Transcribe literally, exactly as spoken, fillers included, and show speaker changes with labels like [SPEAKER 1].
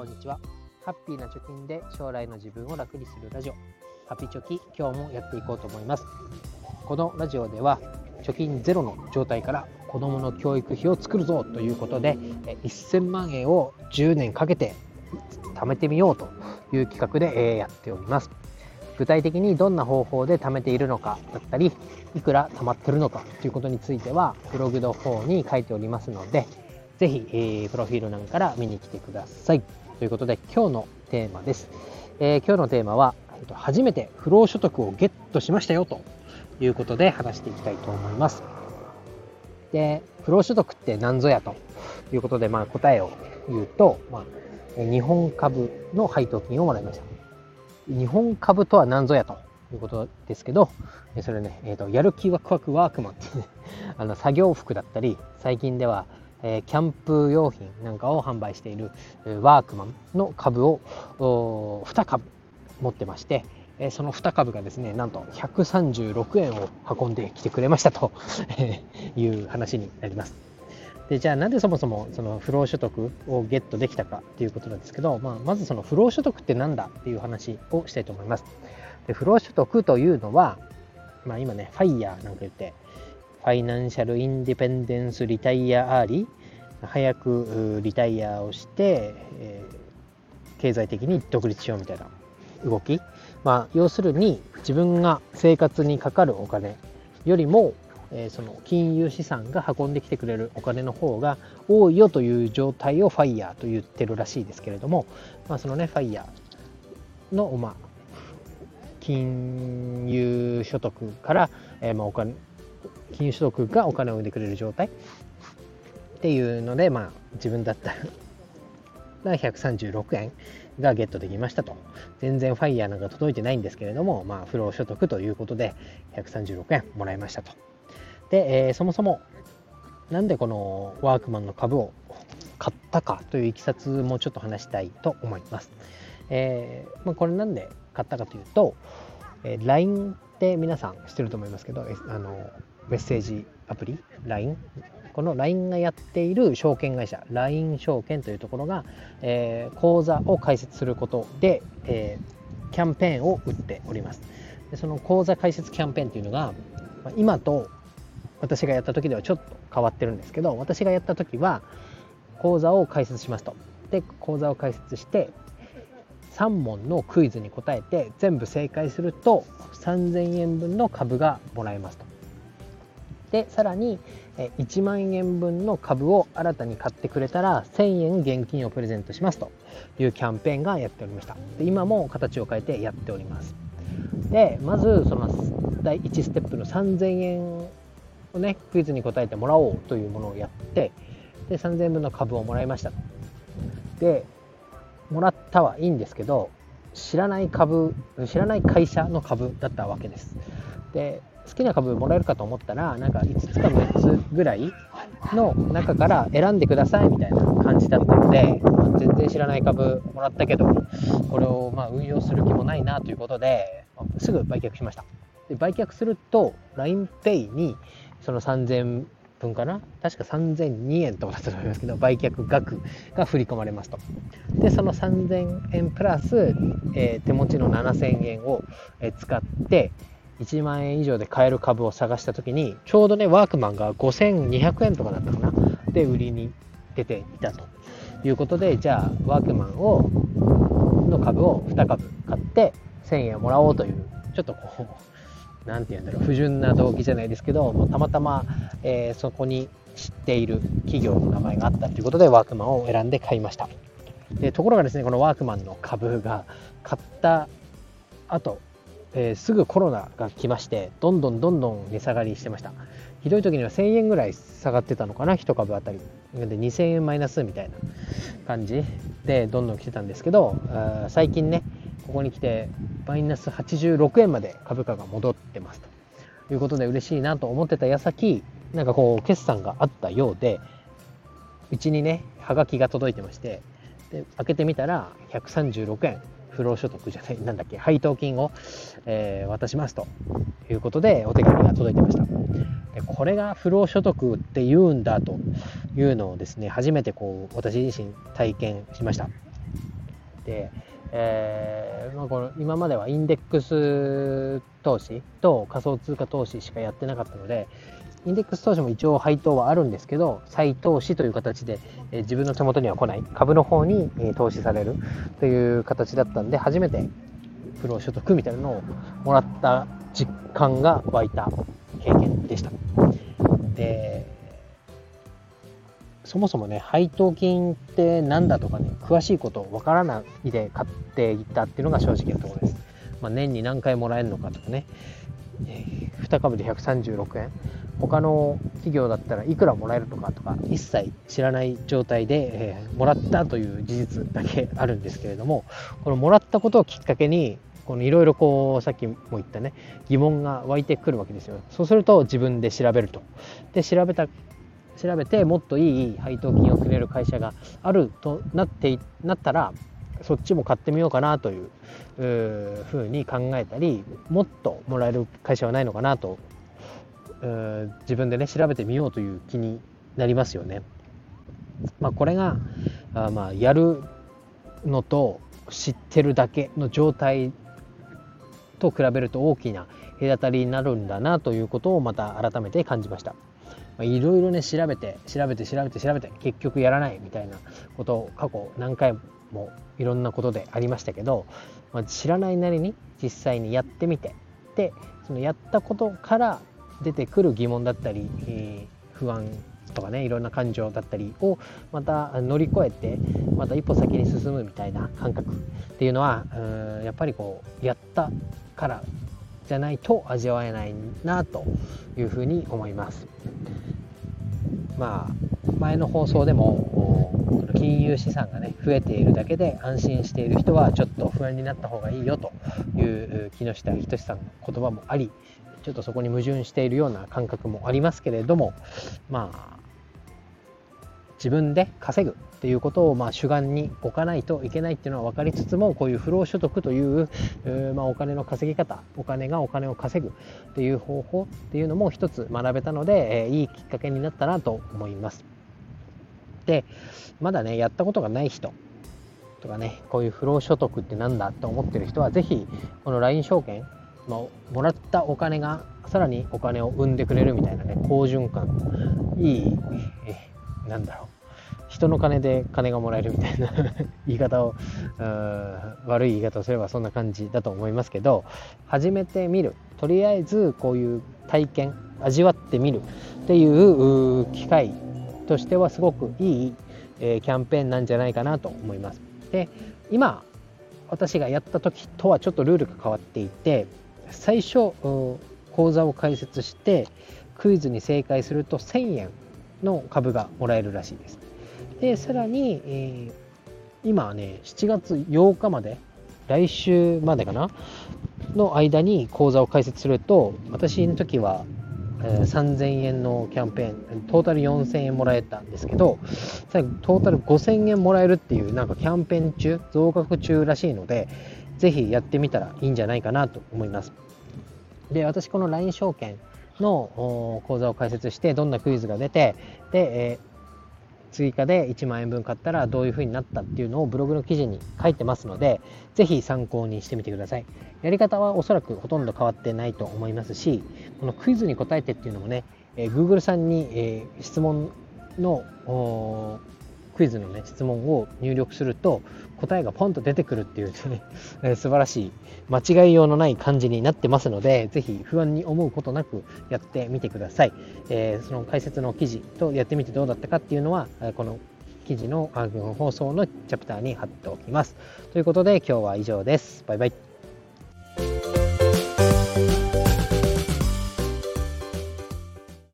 [SPEAKER 1] こんにちは。ハッピーな貯金で将来の自分を楽にするラジオ、ハピチョキ、今日もやっていこうと思います。このラジオでは貯金ゼロの状態から子どもの教育費を作るぞということで、せんまんえんをじゅうねんかけて貯めてみようという企画でやっております。具体的にどんな方法で貯めているのかだったり、いくら貯まっているのかということについてはブログの方に書いておりますので、ぜひ、えー、プロフィール欄から見に来てください。ということで今日のテーマです。えー、今日のテーマは、えーと、初めて不労所得をゲットしましたよということで話していきたいと思います。で、不労所得って何ぞやということで、まあ、答えを言うと、まあ、日本株の配当金をもらいました。日本株とは何ぞやということですけど、それね、えーと、やる気ワクワクワークマンってね、あの作業服だったり、最近ではえー、キャンプ用品なんかを販売している、えー、ワークマンの株をにかぶ持ってまして、えー、そのにかぶがですね、なんとひゃくさんじゅうろくえんを運んできてくれましたという話になります。で、じゃあなんでそもそもその不労所得をゲットできたかっていうことなんですけど、まあ、まずその不労所得ってなんだっていう話をしたいと思います。で、不労所得というのは、まあ、今ね、ファイヤーなんか言ってファイナンシャルインディペンデンスリタイアアーリー、早くリタイアをして、えー、経済的に独立しようみたいな動き、まあ、要するに自分が生活にかかるお金よりも、えー、その金融資産が運んできてくれるお金の方が多いよという状態をファイヤーと言ってるらしいですけれども、まあ、そのねファイヤーの、まあ、金融所得から、えーまあ、お金金融所得がお金を生んでくれる状態っていうので、まあ、自分だったらひゃくさんじゅうろくえんがゲットできましたと。全然ファイヤーなんか届いてないんですけれども、まあ、不労所得ということでひゃくさんじゅうろくえんもらいましたと。で、えー、そもそもなんでこのワークマンの株を買ったかといういきさつもちょっと話したいと思います。えーまあ、これなんで買ったかというと、えー、ライン って皆さん知ってると思いますけど、あのメッセージアプリ ライン、 この ライン がやっている証券会社 ライン 証券というところが、えー、口座を開設することで、えー、キャンペーンを打っております。で、その口座開設キャンペーンというのが今と私がやった時ではちょっと変わってるんですけど、私がやった時は口座を開設しますと。で、口座を開設してさんもんのクイズに答えて全部正解するとさんぜんえんぶんの株がもらえますと。で、さらにいちまんえんぶんの株を新たに買ってくれたらせんえん現金をプレゼントしますというキャンペーンがやっておりました。で、今も形を変えてやっております。で、まずそのだいいちステップのさんぜんえんをね、クイズに答えてもらおうというものをやって、でさんぜんえんぶんの株をもらいました。で、もらったはいいんですけど、知らない株知らない会社の株だったわけです。で、好きな株もらえるかと思ったら、なんかいつつかみっつぐらいの中から選んでくださいみたいな感じだったので、まあ、全然知らない株もらったけどこれをまあ運用する気もないなということで、まあ、すぐ売却しました。で、売却すると ラインペイ にそのさんぜんぶんかな、確かさんぜんにえんとかだったと思いますけど、売却額が振り込まれますと。で、そのさんぜんえんプラス、えー、手持ちのななせんえんを使っていちまんえん以上で買える株を探したときに、ちょうどね、ワークマンがごせんにひゃくえんとかだったかなで売りに出ていたということで、じゃあワークマンをの株をにかぶ買ってせんえんをもらおうという、ちょっとこうなんて言うんだろう、不純な動機じゃないですけど、もうたまたま、えー、そこに知っている企業の名前があったということでワークマンを選んで買いました。で、ところがですね、このワークマンの株が買った後、えー、すぐコロナが来まして、どんどんどんどん値下がりしてました。ひどい時にはせんえんぐらい下がってたのかな、いち株あたりでにせんえんマイナスみたいな感じでどんどん来てたんですけど、最近ね、ここに来てマイナスはちじゅうろくえんまで株価が戻ってますということで、嬉しいなと思ってた矢先、なんかこう決算があったようで、うちにねハガキが届いてまして、で開けてみたらひゃくさんじゅうろくえん不労所得じゃないなんだっけ配当金を、えー、渡しますということでお手紙が届いてました。で、これが不労所得って言うんだというのをですね、初めてこう私自身体験しました。 で、えーまあ、この今まではインデックス投資と仮想通貨投資しかやってなかったので、インデックス投資も一応配当はあるんですけど、再投資という形で、えー、自分の手元には来ない株の方に、えー、投資されるという形だったんで、初めて不労所得みたいなのをもらった実感が湧いた経験でした。で、そもそもね、配当金ってなんだとかね、詳しいことわからないで買っていたっていうのが正直なところです。まあ、年に何回もらえるのかとかね、えー、に株でひゃくさんじゅうろくえん、他の企業だったらいくらもらえるのかとか一切知らない状態で、えー、もらったという事実だけあるんですけれども、このもらったことをきっかけにいろいろこうさっきも言ったね、疑問が湧いてくるわけですよ。そうすると自分で調べると。で調べた調べてもっといい配当金をくれる会社があるとなってなったら、そっちも買ってみようかなというふうに考えたり、もっともらえる会社はないのかなと自分でね調べてみようという気になりますよね。まあ、これがあまあやるのと知ってるだけの状態と比べると大きな隔たりになるんだなということをまた改めて感じました。いろいろね調べて調べて調べて調べて結局やらないみたいなことを過去何回もいろんなことでありましたけど、まあ、知らないなりに実際にやってみて、でそのやったことから出てくる疑問だったり、えー、不安とかね、いろんな感情だったりをまた乗り越えてまた一歩先に進むみたいな感覚っていうのは、うんやっぱりこうやったからじゃないと味わえないなというふうに思います。まあ前の放送でも金融資産がね増えているだけで安心している人はちょっと不安になった方がいいよという木下仁さんの言葉もあり、ちょっとそこに矛盾しているような感覚もありますけれども、まあ自分で稼ぐっていうことをまあ主眼に置かないといけないっていうのは分かりつつも、こういう不労所得という、まあ、お金の稼ぎ方、お金がお金を稼ぐっていう方法っていうのも一つ学べたので、えー、いいきっかけになったなと思います。でまだねやったことがない人とかね、こういう不労所得ってなんだと思ってる人はぜひこの ライン 証券、まあ、もらったお金がさらにお金を生んでくれるみたいなね、好循環、いいえなんだろう人の金で金がもらえるみたいな言い方を悪い言い方をすればそんな感じだと思いますけど、始めてみる、とりあえずこういう体験味わってみるっていう機会としてはすごくいい、えー、キャンペーンなんじゃないかなと思います。で今私がやった時とはちょっとルールが変わっていて、最初口座を開設してクイズに正解するとせんえんの株がもらえるらしいです。でさらに、えー、今はねしちがつようかまで、来週までかなの間に口座を開設すると、私の時は、えー、さんぜんえんのキャンペーン、トータルよんせんえんもらえたんですけど、最後トータルごせんえんもらえるっていうなんかキャンペーン中、増額中らしいので、ぜひやってみたらいいんじゃないかなと思います。で私この ライン 証券の口座を開設してどんなクイズが出て、で、えー追加でいちまんえんぶん買ったらどういう風になったっていうのをブログの記事に書いてますので、ぜひ参考にしてみてください。やり方はおそらくほとんど変わってないと思いますし、このクイズに答えてっていうのもね、えー、Google さんに、えー、質問のクイズのね質問を入力すると答えがポンと出てくるっていうね、えー、素晴らしい間違いようのない感じになってますので、ぜひ不安に思うことなくやってみてください。えー、その解説の記事とやってみてどうだったかっていうのはこの記事の放送のチャプターに貼っておきます。ということで今日は以上です。バイバイ。